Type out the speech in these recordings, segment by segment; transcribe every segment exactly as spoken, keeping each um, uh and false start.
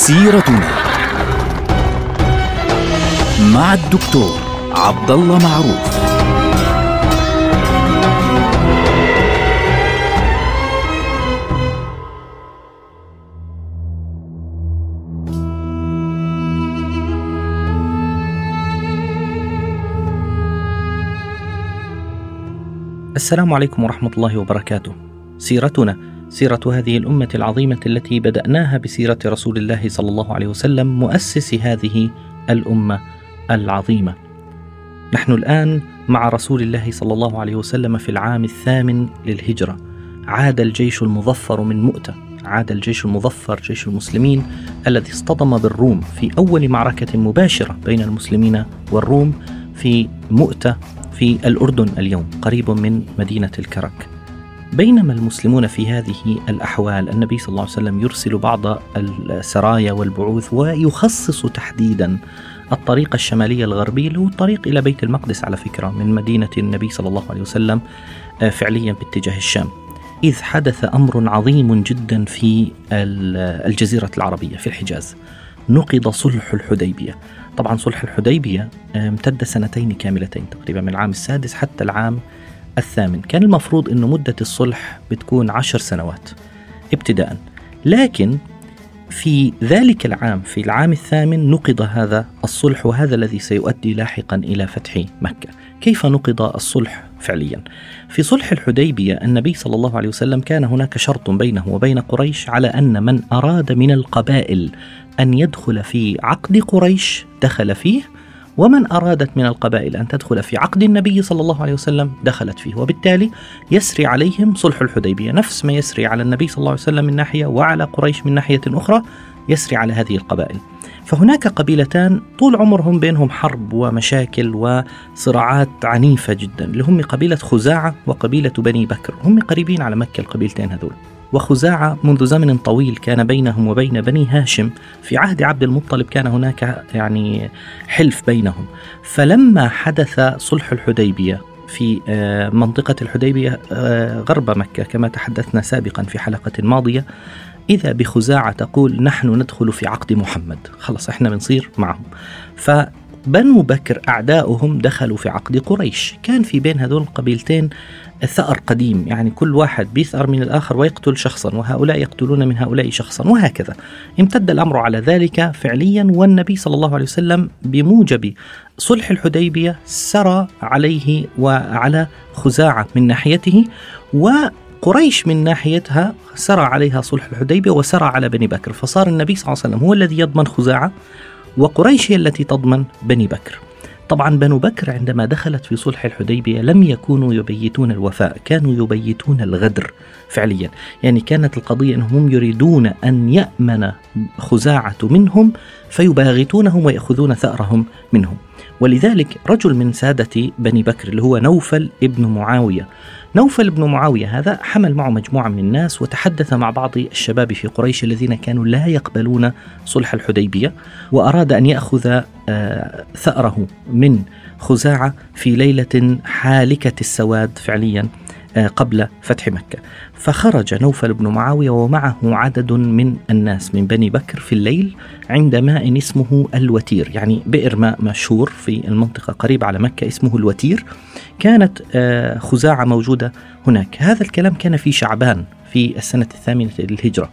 سيرتنا مع الدكتور عبد الله معروف. السلام عليكم ورحمة الله وبركاته. سيرتنا سيرة هذه الأمة العظيمة التي بدأناها بسيرة رسول الله صلى الله عليه وسلم مؤسس هذه الأمة العظيمة. نحن الآن مع رسول الله صلى الله عليه وسلم في العام الثامن للهجرة. عاد الجيش المظفر من مؤتة، عاد الجيش المظفر جيش المسلمين الذي اصطدم بالروم في أول معركة مباشرة بين المسلمين والروم في مؤتة في الأردن اليوم قريب من مدينة الكرك. بينما المسلمون في هذه الأحوال النبي صلى الله عليه وسلم يرسل بعض السرايا والبعوث ويخصص تحديدا الطريق الشمالي الغربي اللي هو الطريق إلى بيت المقدس على فكرة من مدينة النبي صلى الله عليه وسلم فعليا باتجاه الشام، إذ حدث أمر عظيم جدا في الجزيرة العربية في الحجاز. نقض صلح الحديبية. طبعا صلح الحديبية امتد سنتين كاملتين تقريبا من العام السادس حتى العام الثامن. كان المفروض أنه مدة الصلح بتكون عشر سنوات ابتداء، لكن في ذلك العام في العام الثامن نقض هذا الصلح، وهذا الذي سيؤدي لاحقا إلى فتح مكة. كيف نقض الصلح فعليا؟ في صلح الحديبية النبي صلى الله عليه وسلم كان هناك شرط بينه وبين قريش على أن من أراد من القبائل أن يدخل في عقد قريش دخل فيه، ومن أرادت من القبائل أن تدخل في عقد النبي صلى الله عليه وسلم دخلت فيه، وبالتالي يسري عليهم صلح الحديبية نفس ما يسري على النبي صلى الله عليه وسلم من ناحية وعلى قريش من ناحية أخرى، يسري على هذه القبائل. فهناك قبيلتان طول عمرهم بينهم حرب ومشاكل وصراعات عنيفة جدا، اللي هم قبيلة خزاعة وقبيلة بني بكر. هم قريبين على مكة القبيلتين هذول. وخزاعة منذ زمن طويل كان بينهم وبين بني هاشم، في عهد عبد المطلب كان هناك يعني حلف بينهم. فلما حدث صلح الحديبية في منطقة الحديبية غرب مكة كما تحدثنا سابقا في حلقة ماضية، إذا بخزاعة تقول نحن ندخل في عقد محمد، خلص احنا بنصير معهم. فبنو بكر أعداؤهم دخلوا في عقد قريش. كان في بين هذول القبيلتين ثأر قديم، يعني كل واحد بيثأر من الآخر ويقتل شخصا، وهؤلاء يقتلون من هؤلاء شخصا، وهكذا امتد الأمر على ذلك فعليا. والنبي صلى الله عليه وسلم بموجب صلح الحديبية سرى عليه وعلى خزاعة من ناحيته، وقريش من ناحيتها سرى عليها صلح الحديبية وسرى على بني بكر. فصار النبي صلى الله عليه وسلم هو الذي يضمن خزاعة، وقريش هي التي تضمن بني بكر. طبعا بنو بكر عندما دخلت في صلح الحديبية لم يكونوا يبيتون الوفاء، كانوا يبيتون الغدر فعليا. يعني كانت القضية أنهم يريدون أن يأمن خزاعة منهم فيباغتونهم ويأخذون ثأرهم منهم. ولذلك رجل من سادة بني بكر اللي هو نوفل ابن معاوية، نوفل ابن معاوية هذا حمل معه مجموعة من الناس وتحدث مع بعض الشباب في قريش الذين كانوا لا يقبلون صلح الحديبية، وأراد أن يأخذ ثأره من خزاعة في ليلة حالكة السواد فعليا قبل فتح مكة. فخرج نوفل بن معاوية ومعه عدد من الناس من بني بكر في الليل عند ماء اسمه الوتير، يعني بئر ماء مشهور في المنطقة قريب على مكة اسمه الوتير. كانت خزاعة موجودة هناك. هذا الكلام كان في شعبان في السنة الثامنة للهجرة.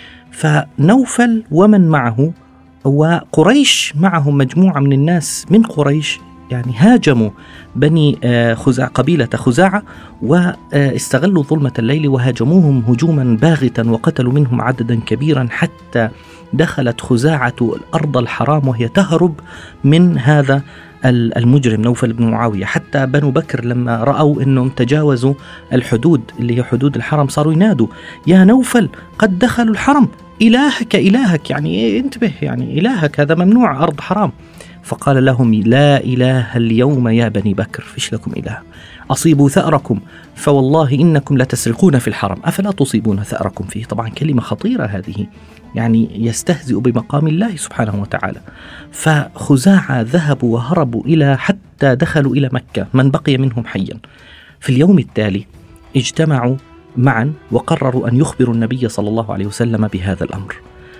فنوفل ومن معه وقريش معهم مجموعة من الناس من قريش يعني هاجموا بني خزاعة قبيلة خزاعة واستغلوا ظلمة الليل وهاجموهم هجوما باغتا وقتلوا منهم عددا كبيرا، حتى دخلت خزاعة الأرض الحرام وهي تهرب من هذا المجرم نوفل بن معاوية. حتى بنو بكر لما رأوا أنهم تجاوزوا الحدود اللي هي حدود الحرم صاروا ينادوا يا نوفل قد دخلوا الحرم، إلهك إلهك، يعني انتبه، يعني إلهك هذا ممنوع، أرض حرام. فقال لهم لا إله اليوم يا بني بكر، فيش لكم إله، أصيبوا ثأركم فوالله إنكم لتسرقون في الحرم أفلا تصيبون ثأركم فيه. طبعا كلمة خطيرة هذه، يعني يستهزئ بمقام الله سبحانه وتعالى. فخزاعة ذهبوا وهربوا إلى حتى دخلوا إلى مكة من بقي منهم حيا. في اليوم التالي اجتمعوا معا وقرروا أن يخبروا النبي صلى الله عليه وسلم بهذا الأمر.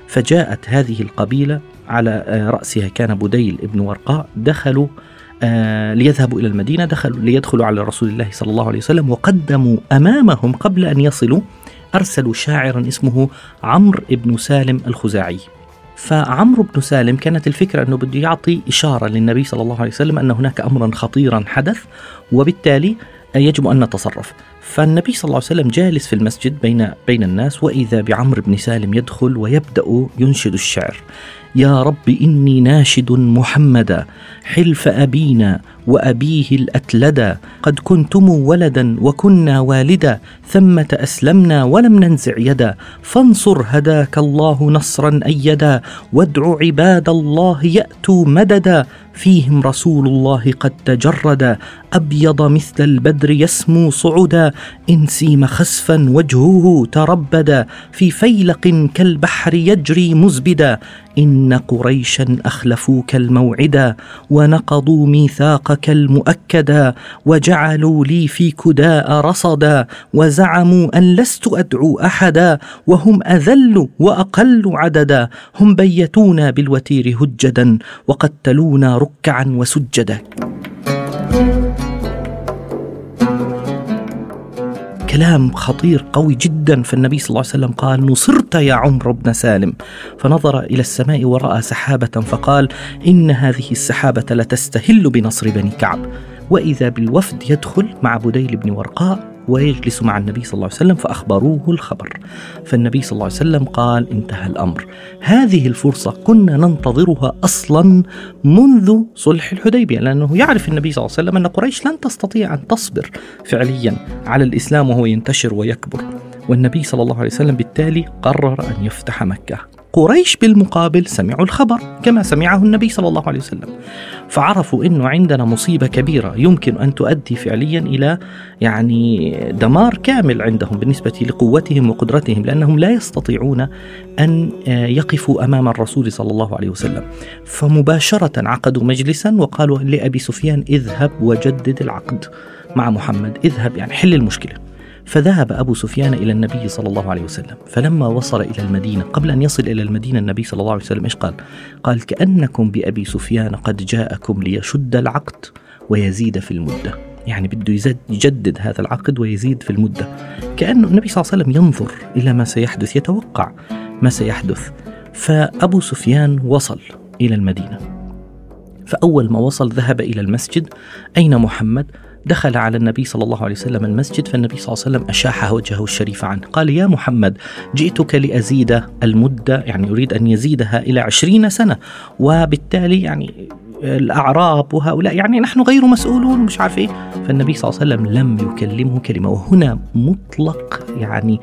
فجاءت هذه القبيلة على رأسها كان بديل ابن ورقاء، دخلوا آه ليذهبوا إلى المدينة، دخلوا ليدخلوا على رسول الله صلى الله عليه وسلم، وقدموا أمامهم قبل أن يصلوا أرسلوا شاعرا اسمه عمرو بن سالم الخزاعي. فعمرو بن سالم كانت الفكرة أنه بده يعطي إشارة للنبي صلى الله عليه وسلم أن هناك أمرا خطيرا حدث وبالتالي يجب أن نتصرف. فالنبي صلى الله عليه وسلم جالس في المسجد بين بين الناس، وإذا بعمرو بن سالم يدخل ويبدأ ينشد الشعر: يا رب إني ناشد محمدا حلف أبينا وأبيه الأتلدا، قد كنتم ولدا وكنا والدا، ثمة أسلمنا ولم ننزع يدا، فانصر هداك الله نصرا أيدا، وادع عباد الله يأتوا مددا، فيهم رسول الله قد تجردا، أبيض مثل البدر يسمو صعدا، إن سيم خسفا وجهه تربدا، في فيلق كالبحر يجري مزبدا، إن قريشا أخلفوك الموعدا، ونقضوا ميثاقك المؤكدا، وجعلوا لي في كداء رصدا، وزعموا أن لست أدعو أحدا، وهم أذل وأقل عددا، هم بيتونا بالوتير هجدا، وقتلونا ركعا وسجدا. كلام خطير قوي جدا. فالنبي صلى الله عليه وسلم قال: نصرت يا عمرو بن سالم. فنظر إلى السماء ورأى سحابة فقال: إن هذه السحابة لتستهل بنصر بني كعب. وإذا بالوفد يدخل مع بديل بن ورقاء ويجلس مع النبي صلى الله عليه وسلم، فأخبروه الخبر. فالنبي صلى الله عليه وسلم قال: انتهى الأمر. هذه الفرصة كنا ننتظرها أصلا منذ صلح الحديبية، لأنه يعرف النبي صلى الله عليه وسلم أن قريش لن تستطيع أن تصبر فعليا على الإسلام وهو ينتشر ويكبر، والنبي صلى الله عليه وسلم بالتالي قرر أن يفتح مكة. قريش بالمقابل سمعوا الخبر كما سمعه النبي صلى الله عليه وسلم، فعرفوا أنه عندنا مصيبة كبيرة يمكن أن تؤدي فعليا إلى يعني دمار كامل عندهم بالنسبة لقوتهم وقدرتهم، لأنهم لا يستطيعون أن يقفوا أمام الرسول صلى الله عليه وسلم. فمباشرة عقدوا مجلسا وقالوا لأبي سفيان: اذهب وجدد العقد مع محمد، اذهب يعني حل المشكلة. فذهب أبو سفيان إلى النبي صلى الله عليه وسلم، فلما وصل إلى المدينة، قبل أن يصل إلى المدينة النبي صلى الله عليه وسلم إيش قال؟ قال: كأنكم بأبي سفيان قد جاءكم ليشد العقد ويزيد في المدة. يعني بده يجدد هذا العقد ويزيد في المدة، كأنه النبي صلى الله عليه وسلم ينظر إلى ما سيحدث، يتوقع ما سيحدث. فأبو سفيان وصل إلى المدينة، فأول ما وصل ذهب إلى المسجد. أين محمد؟ دخل على النبي صلى الله عليه وسلم المسجد، فالنبي صلى الله عليه وسلم أشاح وجهه الشريف عنه، قال: يا محمد، جئتك لأزيد المدة، يعني أريد أن يزيدها إلى عشرين سنة، وبالتالي يعني الأعراب وهؤلاء يعني نحن غير مسؤولون مش عارف إيه. فالنبي صلى الله عليه وسلم لم يكلمه كلمة، وهنا مطلق يعني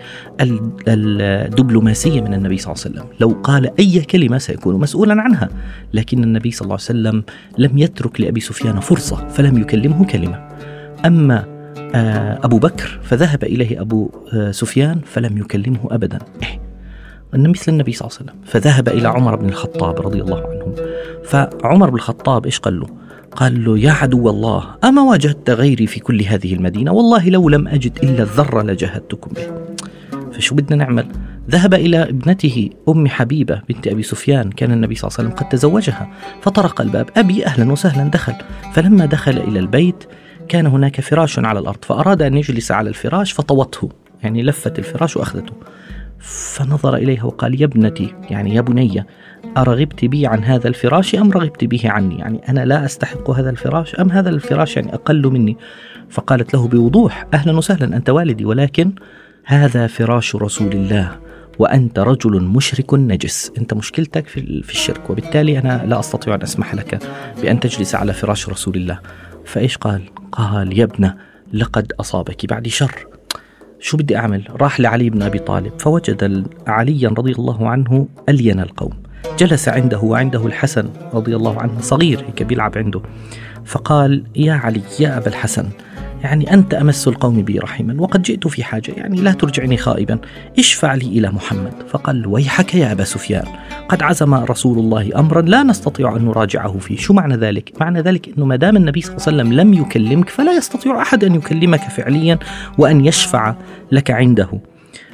الدبلوماسية من النبي صلى الله عليه وسلم. لو قال أي كلمة سيكون مسؤولا عنها، لكن النبي صلى الله عليه وسلم لم يترك لأبي سفيان فرصة فلم يكلمه كلمة. أما أبو بكر فذهب إليه أبو سفيان فلم يكلمه أبدا، إيه مثل النبي صلى الله عليه وسلم. فذهب إلى عمر بن الخطاب رضي الله عنه، فعمر بن الخطاب إيش قال له؟ قال له: يا عدو الله، أما وجدت غيري في كل هذه المدينة؟ والله لو لم أجد إلا الذرة لجاهدتكم به. فشو بدنا نعمل؟ ذهب إلى ابنته أم حبيبة بنت أبي سفيان، كان النبي صلى الله عليه وسلم قد تزوجها، فطرق الباب: أبي أهلا وسهلا. دخل، فلما دخل إلى البيت كان هناك فراش على الأرض، فأراد أن يجلس على الفراش فطوته، يعني لفت الفراش وأخذته. فنظر إليها وقال: يا ابنتي، يعني يا بني، أرغبت بي عن هذا الفراش أم رغبت به عني؟ يعني أنا لا أستحق هذا الفراش أم هذا الفراش يعني أقل مني؟ فقالت له بوضوح: أهلا وسهلا، أنت والدي، ولكن هذا فراش رسول الله وأنت رجل مشرك نجس، أنت مشكلتك في الشرك، وبالتالي أنا لا أستطيع أن أسمح لك بأن تجلس على فراش رسول الله. فإيش قال؟ قال: يا ابنة، لقد أصابك بعد شر. شو بدي أعمل؟ راح لعلي بن أبي طالب، فوجد عليا رضي الله عنه ألين القوم، جلس عنده وعنده الحسن رضي الله عنه صغير هيك بيلعب عنده، فقال: يا علي، يا أبا الحسن، يعني أنت أمس القوم بي رحما، وقد جئت في حاجة، يعني لا ترجعني خائبا، اشفع لي إلى محمد. فقال: ويحك يا أبا سفيان، قد عزم رسول الله أمرا لا نستطيع أن نراجعه فيه. شو معنى ذلك؟ معنى ذلك أنه ما دام النبي صلى الله عليه وسلم لم يكلمك فلا يستطيع أحد أن يكلمك فعليا وأن يشفع لك عنده.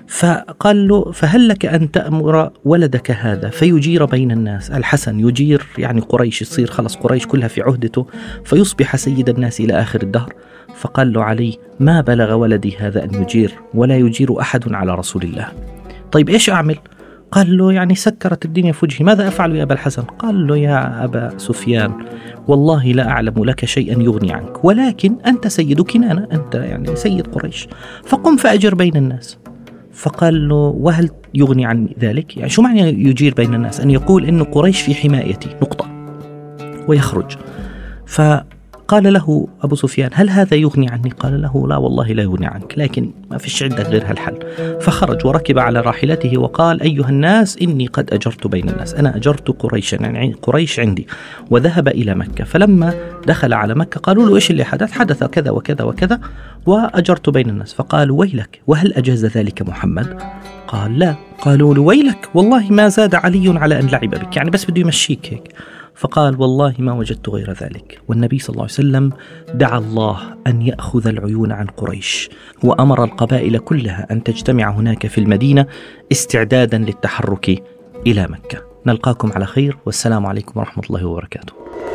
فقال له فهل لك أن تأمر ولدك هذا فيجير بين الناس، الحسن يجير يعني قريش، يصير خلص قريش كلها في عهدته فيصبح سيد الناس إلى آخر الدهر. فقال له علي ما بلغ ولدي هذا أن يجير ولا يجير أحد على رسول الله. طيب إيش أعمل؟ قال له يعني سكرت الدنيا في وجهي، ماذا أفعل يا أبا الحسن؟ قال له يا أبا سفيان والله لا أعلم لك شيئا يغني عنك، ولكن أنت سيد كنانة، أنت يعني سيد قريش، فقم فأجر بين الناس. فقال له وهل يغني عن ذلك؟ يعني شو معنى يجير بين الناس؟ أن يقول إنه قريش في حمايتي نقطة ويخرج. فقال له أبو سفيان هل هذا يغني عني؟ قال له لا والله لا يغني عنك، لكن ما فيش عندك غير هالحل. فخرج وركب على راحلته وقال أيها الناس إني قد أجرت بين الناس، أنا أجرت قريشا، يعني قريش عندي، وذهب إلى مكة. فلما دخل على مكة قالوا له إيش اللي حدث؟ حدث كذا وكذا وكذا وأجرت بين الناس. فقالوا ويلك وهل أجاز ذلك محمد؟ قال لا. قالوا له ويلك والله ما زاد علي على أن لعب بك، يعني بس بده يمشيك هيك. فقال والله ما وجدت غير ذلك. والنبي صلى الله عليه وسلم دعا الله أن يأخذ العيون عن قريش، وأمر القبائل كلها أن تجتمع هناك في المدينة استعدادا للتحرك إلى مكة. نلقاكم على خير، والسلام عليكم ورحمة الله وبركاته.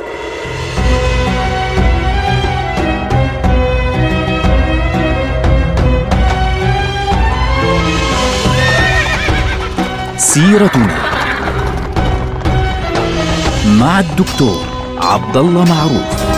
سيرتنا مع الدكتور عبد الله معروف.